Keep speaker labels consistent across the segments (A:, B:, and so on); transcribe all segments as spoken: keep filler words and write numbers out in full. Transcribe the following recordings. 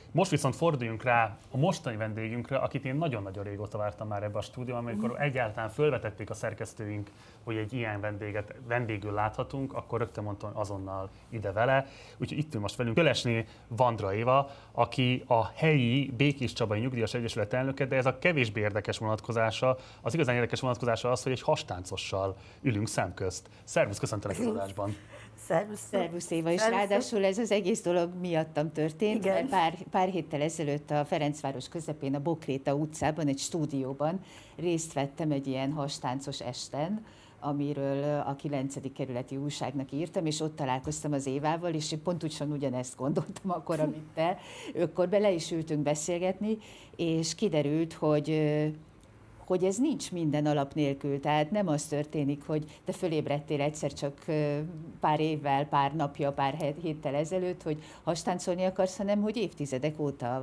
A: Most viszont forduljunk rá a mostani vendégünkre, akit én nagyon-nagyon régóta vártam már ebbe a stúdióban, amikor mm. egyáltalán fölvetették a szerkesztőink, hogy egy ilyen vendéget vendégül láthatunk, akkor rögtön mondtam azonnal ide vele. Úgyhogy itt ül most velünk Kölesné Vandra Éva, aki a helyi Békés Csabai Nyugdíjas Egyesület elnöke, de ez a kevésbé érdekes vonatkozása, az igazán érdekes vonatkozása az, hogy egy hastáncossal ülünk szemközt. Szervusz, köszöntelek az adásban!
B: Szervusz,
C: Szervusz Éva, és
B: Szervusz.
C: ráadásul ez az egész dolog miattam történt,
B: Igen.
C: mert pár, pár héttel ezelőtt a Ferencváros közepén, a Bokréta utcában, egy stúdióban részt vettem egy ilyen hastáncos esten, amiről a kilencedik kerületi újságnak írtam, és ott találkoztam az Évával, és én pontosan ugyanezt gondoltam akkor, amit te. Akkor bele is ültünk beszélgetni, és kiderült, hogy hogy ez nincs minden alap nélkül. Tehát nem az történik, hogy te fölébredtél egyszer csak pár évvel, pár napja, pár héttel ezelőtt, hogy hastáncolni akarsz, hanem hogy évtizedek óta.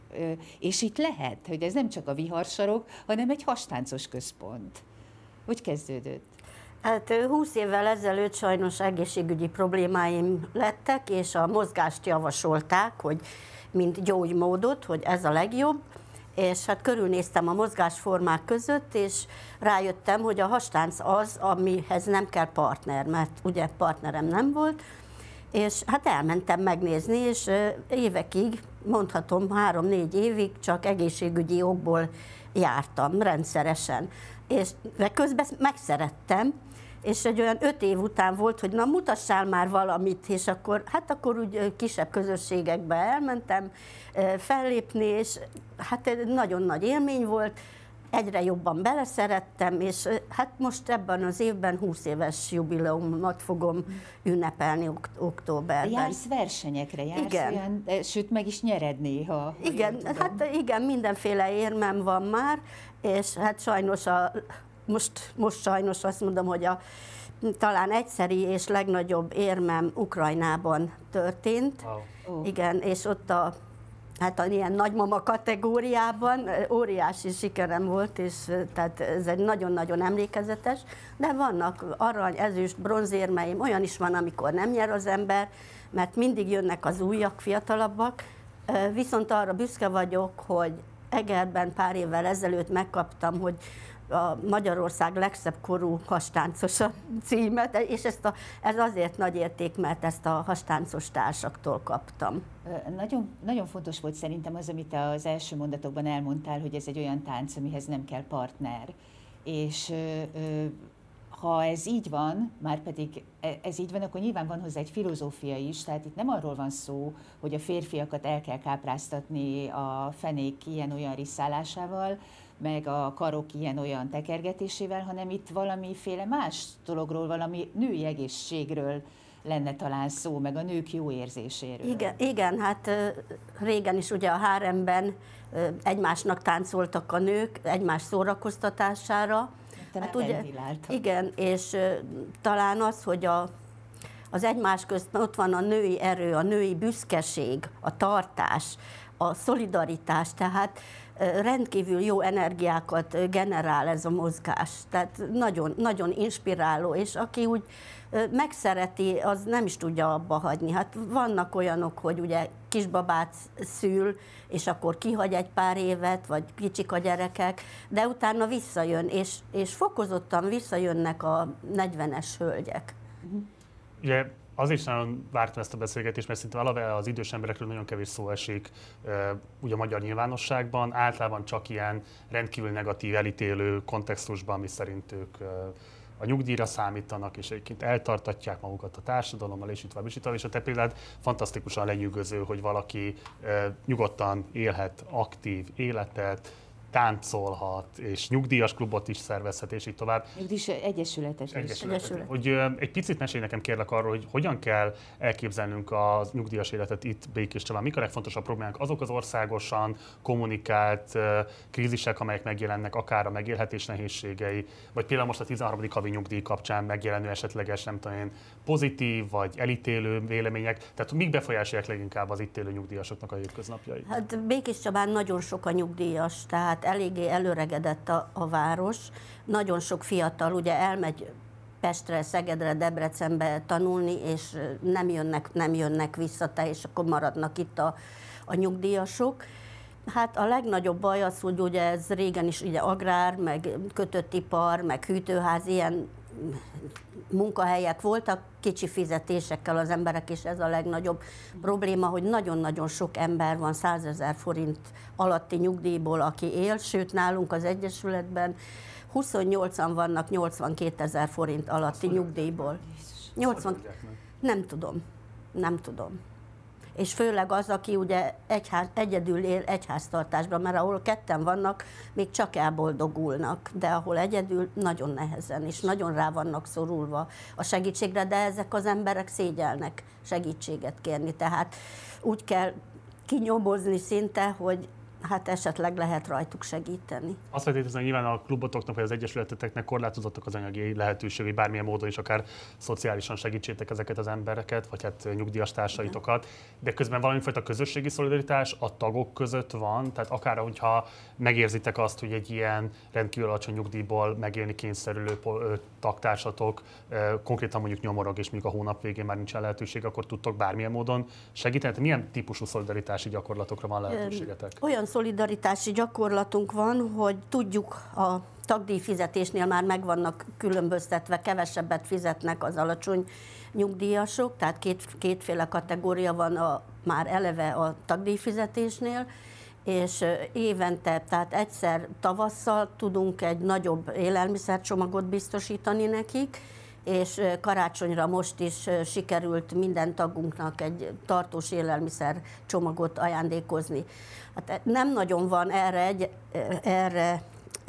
C: És itt lehet, hogy ez nem csak a viharsarok, hanem egy hastáncos központ. Hogy kezdődött?
B: Hát húsz évvel ezelőtt sajnos egészségügyi problémáim lettek, és a mozgást javasolták, hogy mint gyógymódot, hogy ez a legjobb. És hát körülnéztem a mozgásformák között, és rájöttem, hogy a hastánc az, amihez nem kell partner, mert ugye partnerem nem volt, és hát elmentem megnézni, és évekig, mondhatom három-négy évig csak egészségügyi okból jártam rendszeresen. És közben megszerettem, és egy olyan öt év után volt, hogy na mutassál már valamit, és akkor, hát akkor úgy kisebb közösségekbe elmentem fellépni, és hát egy nagyon nagy élmény volt, egyre jobban beleszerettem, és hát most ebben az évben húsz éves jubileumot fogom ünnepelni ok októberben.
C: Jársz versenyekre, jársz
B: igen.
C: olyan, sőt meg is nyered néha. Ha
B: igen, hát igen, mindenféle érmem van már, és hát sajnos a Most, most sajnos azt mondom, hogy a talán egyszeri és legnagyobb érmem Ukrajnában történt.
A: Wow.
B: Oh. Igen, és ott a, hát a ilyen nagymama kategóriában óriási sikerem volt, és tehát ez egy nagyon-nagyon emlékezetes, de vannak arany, ezüst, bronzérmeim, olyan is van, amikor nem nyer az ember, mert mindig jönnek az újak, fiatalabbak, viszont arra büszke vagyok, hogy Egerben pár évvel ezelőtt megkaptam, hogy a Magyarország legszebb korú hastáncosa címet, és ezt a, ez azért nagy érték, mert ezt a hastáncos társaktól kaptam.
C: Nagyon, nagyon fontos volt szerintem az, amit az első mondatokban elmondtál, hogy ez egy olyan tánc, amihez nem kell partner. És ha ez így van, már pedig ez így van, akkor nyilván van hozzá egy filozófia is, tehát itt nem arról van szó, hogy a férfiakat el kell kápráztatni a fenék ilyen-olyan riszálásával, meg a karok ilyen-olyan tekergetésével, hanem itt valamiféle más dologról, valami női egészségről lenne talán szó, meg a nők jó érzéséről.
B: Igen, igen, hát régen is ugye a háremben egymásnak táncoltak a nők, egymás szórakoztatására.
C: Hát ugye,
B: igen, és talán az, hogy a, az egymás közt ott van a női erő, a női büszkeség, a tartás, a szolidaritás, tehát rendkívül jó energiákat generál ez a mozgás. Tehát nagyon, nagyon inspiráló, és aki úgy megszereti, az nem is tudja abba hagyni. Hát vannak olyanok, hogy ugye kisbabát szül, és akkor kihagy egy pár évet, vagy kicsik a gyerekek, de utána visszajön, és, és fokozottan visszajönnek a negyvenes hölgyek.
A: Ugye azért is nagyon vártam ezt a beszélgetést, mert szerintem alapvetően az idős emberekről nagyon kevés szó esik ugye a magyar nyilvánosságban, általában csak ilyen rendkívül negatív, elítélő kontextusban, mi szerint ők a nyugdíjra számítanak, és egyébként eltartatják magukat a társadalommal, és itt tovább, és itt tovább. És a te példád fantasztikusan lenyűgöző, hogy valaki nyugodtan élhet aktív életet, táncolhat, és nyugdíjas klubot is szervezhet, és így tovább.
C: Nyugdíjas egyesületes.
A: Egyesület. Hogy egy picit mesélj nekem kérlek arról, hogy hogyan kell elképzelnünk a nyugdíjas életet itt Békés Csabán. Mik a legfontosabb problémák? Azok az országosan kommunikált krízisek, amelyek megjelennek, akár a megélhetés nehézségei, vagy például most a tizenharmadik havi nyugdíj kapcsán megjelenő esetleges, nem tudom én, pozitív vagy elítélő vélemények. Tehát mik befolyásolják leginkább az itt élő nyugdíjasoknak a hétköznapjait?
B: Hát Békés Csabán nagyon sok a nyugdíjas, tehát eléggé előregedett a, a város. Nagyon sok fiatal ugye elmegy Pestre, Szegedre, Debrecenbe tanulni, és nem jönnek, nem jönnek vissza, te, és akkor maradnak itt a, a nyugdíjasok. Hát a legnagyobb baj az, hogy ugye ez régen is ugye agrár, meg kötött ipar, meg hűtőház, ilyen munkahelyek voltak, kicsi fizetésekkel az emberek, és ez a legnagyobb probléma, hogy nagyon-nagyon sok ember van százezer forint alatti nyugdíjból, aki él, sőt nálunk az Egyesületben huszonnyolcan vannak nyolcvankétezer forint alatti nyugdíjból. nyolcvan Nem tudom, nem tudom. És főleg az, aki ugye egyház, egyedül él egyháztartásban, mert ahol ketten vannak, még csak elboldogulnak, de ahol egyedül nagyon nehezen, és nagyon rá vannak szorulva a segítségre, de ezek az emberek szégyelnek segítséget kérni, tehát úgy kell kinyomozni szinte, hogy hát esetleg lehet rajtuk segíteni.
A: Azt feltétlenül, hogy nyilván a klubotoknak vagy az egyesületeteknek korlátozottak az anyagi lehetőségei, bármilyen módon is, akár szociálisan segítsétek ezeket az embereket, vagy hát nyugdíjas társaitokat, de közben valamifajta közösségi szolidaritás a tagok között van, tehát akár hogyha megérzitek azt, hogy egy ilyen rendkívül alacsony nyugdíjból megélni kényszerülő tagtársatok konkrétan mondjuk nyomorog, és mondjuk a hónap végén már nincsen lehetőség, akkor tudtok bármilyen módon segíteni? Milyen típusú szolidaritási gyakorlatokra van lehetőségetek?
B: Olyan szolidaritási gyakorlatunk van, hogy tudjuk, a tagdíjfizetésnél már meg vannak különböztetve, kevesebbet fizetnek az alacsony nyugdíjasok, tehát két, kétféle kategória van a, már eleve a tagdíjfizetésnél, és évente, tehát egyszer tavasszal tudunk egy nagyobb élelmiszercsomagot biztosítani nekik, és karácsonyra most is sikerült minden tagunknak egy tartós élelmiszer csomagot ajándékozni. Hát nem nagyon van erre, egy, erre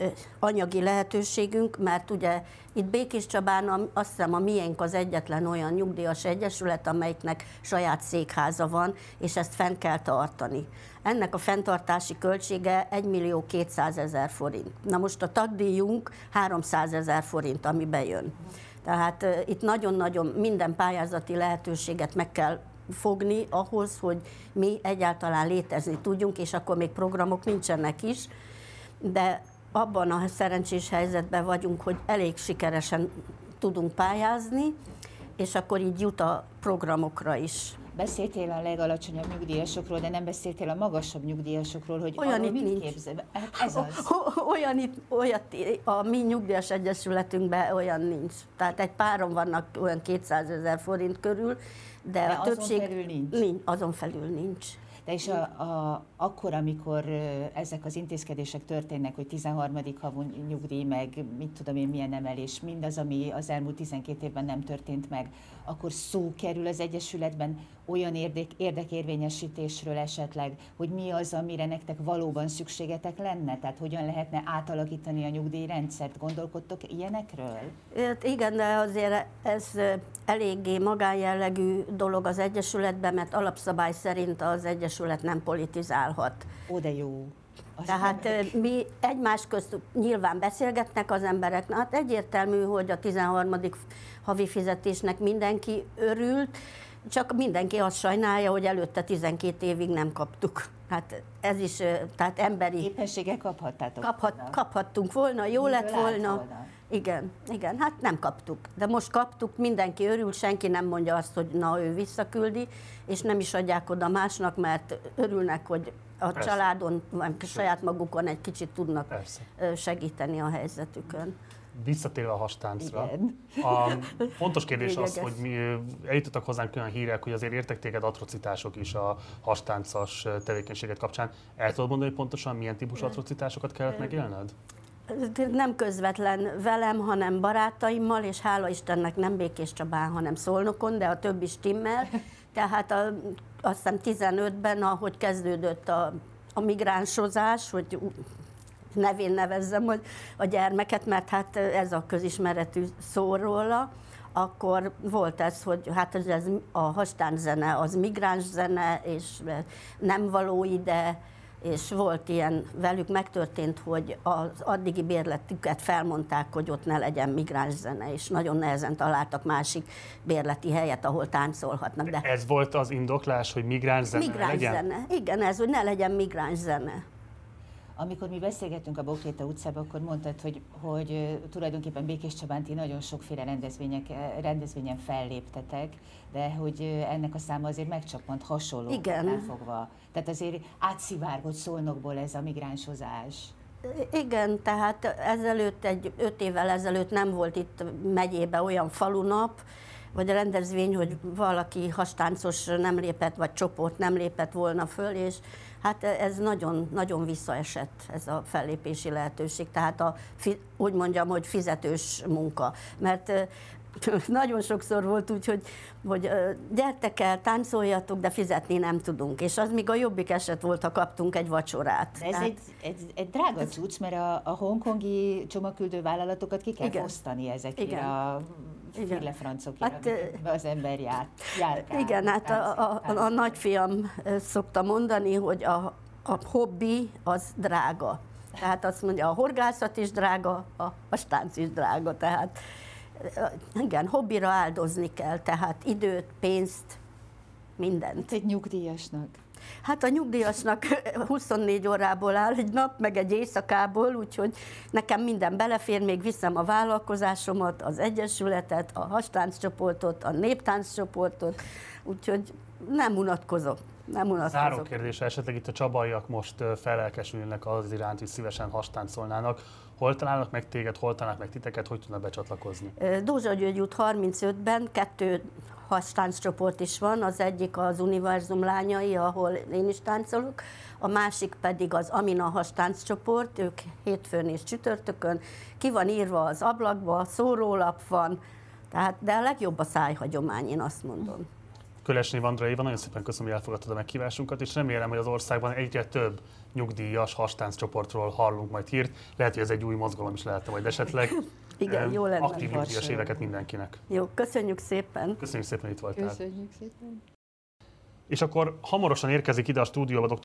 B: anyagi lehetőségünk, mert ugye itt Békés Csabán azt hiszem a miénk az egyetlen olyan nyugdíjas egyesület, amelyiknek saját székháza van, és ezt fenn kell tartani. Ennek a fenntartási költsége egymillió kétszázezer forint. Na most a tagdíjunk háromszázezer forint, ami bejön. Tehát uh, itt nagyon-nagyon minden pályázati lehetőséget meg kell fogni ahhoz, hogy mi egyáltalán létezni tudjunk, és akkor még programok nincsenek is, de abban a szerencsés helyzetben vagyunk, hogy elég sikeresen tudunk pályázni, és akkor így jut a programokra is.
C: Beszéltél a legalacsonyabb nyugdíjasokról, de nem beszéltél a magasabb nyugdíjasokról, hogy
B: olyan itt
C: mit
B: nincs.
C: képzel? Hát ez az.
B: Olyan itt, olyat, a mi nyugdíjas egyesületünkben olyan nincs. Tehát egy páron vannak olyan kétszázezer forint körül, de,
C: de
B: a többség
C: azon felül nincs.
B: nincs. Azon felül nincs.
C: De és a, a, akkor, amikor ezek az intézkedések történnek, hogy tizenharmadik havú nyugdíj, meg mit tudom én, milyen emelés, mindaz, ami az elmúlt tizenkét évben nem történt meg, akkor szó kerül az Egyesületben olyan érdek, érdekérvényesítésről esetleg, hogy mi az, amire nektek valóban szükségetek lenne? Tehát hogyan lehetne átalakítani a nyugdíjrendszert? Gondolkodtok ilyenekről?
B: Igen, de azért ez eléggé magánjellegű dolog az Egyesületben, mert alapszabály szerint az Egyesület nem politizálhat.
C: Ó, de jó. Azt
B: Tehát nem... mi egymás közt nyilván beszélgetnek az emberek, hát egyértelmű, hogy a tizenharmadik havi fizetésnek mindenki örült, csak mindenki azt sajnálja, hogy előtte tizenkét évig nem kaptuk. Hát ez is, tehát emberi...
C: Éppenséggel kaphattátok
B: kaphat,
C: volna.
B: Kaphattunk volna, jó
C: Miből
B: lett volna.
C: volna.
B: Igen, igen, hát nem kaptuk. De most kaptuk, mindenki örül, senki nem mondja azt, hogy na, ő visszaküldi, és nem is adják oda másnak, mert örülnek, hogy a Persze. családon, vagy saját magukon egy kicsit tudnak Persze. segíteni a helyzetükön.
A: Visszatérve a hastáncra.
C: Igen.
A: A fontos kérdés az,
B: Lényeges.
A: hogy mi eljutottak hozzánk olyan hírek, hogy azért értek téged atrocitások is a hastáncas tevékenységet kapcsán. El tudod mondani, hogy pontosan milyen típusú atrocitásokat kellett megélned?
B: Nem közvetlen velem, hanem barátaimmal, és hála Istennek nem Békés Csabán, hanem Szolnokon, de a többi stimmel. Tehát a, azt hiszem tizenötben, ahogy kezdődött a, a migránsozás, hogy nevén nevezzem a, a gyermeket, mert hát ez a közismeretű szó róla, akkor volt ez, hogy hát ez a hastánczene az migráns zene, és nem való ide, és volt ilyen, velük megtörtént, hogy az addigi bérletüket felmondták, hogy ott ne legyen migráns zene, és nagyon nehezen találtak másik bérleti helyet, ahol táncolhatnak.
A: De ez volt az indoklás, hogy migráns zene
B: migráns
A: legyen?
B: Zene. Igen, ez, hogy ne legyen migráns zene.
C: Amikor mi beszélgettünk a Bokréta utcában, akkor mondtad, hogy, hogy tulajdonképpen Békés Csabán ti nagyon sokféle rendezvények, rendezvényen felléptetek, de hogy ennek a száma azért megcsappant hasonlóknál fogva. Tehát azért átszivárgott Szolnokból ez a migránshozás.
B: Igen, tehát ezelőtt, egy öt évvel ezelőtt nem volt itt megyébe olyan falunap, vagy a rendezvény, hogy valaki hastáncos nem lépett, vagy csoport nem lépett volna föl, és hát ez nagyon, nagyon visszaesett, ez a fellépési lehetőség. Tehát a, úgy mondjam, hogy fizetős munka. Mert nagyon sokszor volt úgy, hogy, hogy gyertek el, táncoljatok, de fizetni nem tudunk. És az még a jobbik eset volt, ha kaptunk egy vacsorát.
C: De ez Tehát... egy, egy, egy drága cucc, mert a, a hongkongi csomagküldő vállalatokat ki kell igen. osztani ezekre igen. a fillefrancokra, hát, az ember jár. Járkál,
B: igen, hát a, a, a, a nagyfiam szokta mondani, hogy a, a hobbi az drága. Tehát azt mondja, a horgászat is drága, a, a stánc is drága. Tehát igen, hobbira áldozni kell, tehát időt, pénzt, mindent.
C: Egy nyugdíjasnak.
B: Hát a nyugdíjasnak huszonnégy órából áll egy nap, meg egy éjszakából, úgyhogy nekem minden belefér, még viszem a vállalkozásomat, az egyesületet, a hastánccsoportot, a néptánccsoportot, úgyhogy nem unatkozok. Nem unatkozok.
A: Záró kérdése, esetleg itt a csabaiak most felelkesülnek az iránt, hogy szívesen hastáncolnának. Hol találnak meg téged, hol találnak meg titeket, hogy tudnak becsatlakozni?
B: Dózsa György út harmincötben kettő hastánccsoport is van, az egyik az Univerzum lányai, ahol én is táncolok, a másik pedig az Amina hastánccsoport, ők hétfőn és csütörtökön, ki van írva az ablakba, szórólap van, tehát, de a legjobb a szájhagyomány, én azt mondom.
A: Kölesné Andrea Éva, nagyon szépen köszönöm, hogy elfogadtad a meghívásunkat, és remélem, hogy az országban egyre több nyugdíjas hastánccsoportról hallunk majd hírt. Lehet, hogy ez egy új mozgalom is lehetne majd esetleg.
B: Igen, jó lenne.
A: Aktív nyugdíjas éveket mindenkinek.
B: Jó, köszönjük szépen.
A: Köszönjük szépen, hogy itt voltál.
C: Köszönjük szépen.
A: És akkor hamarosan érkezik ide a stúdióba dr.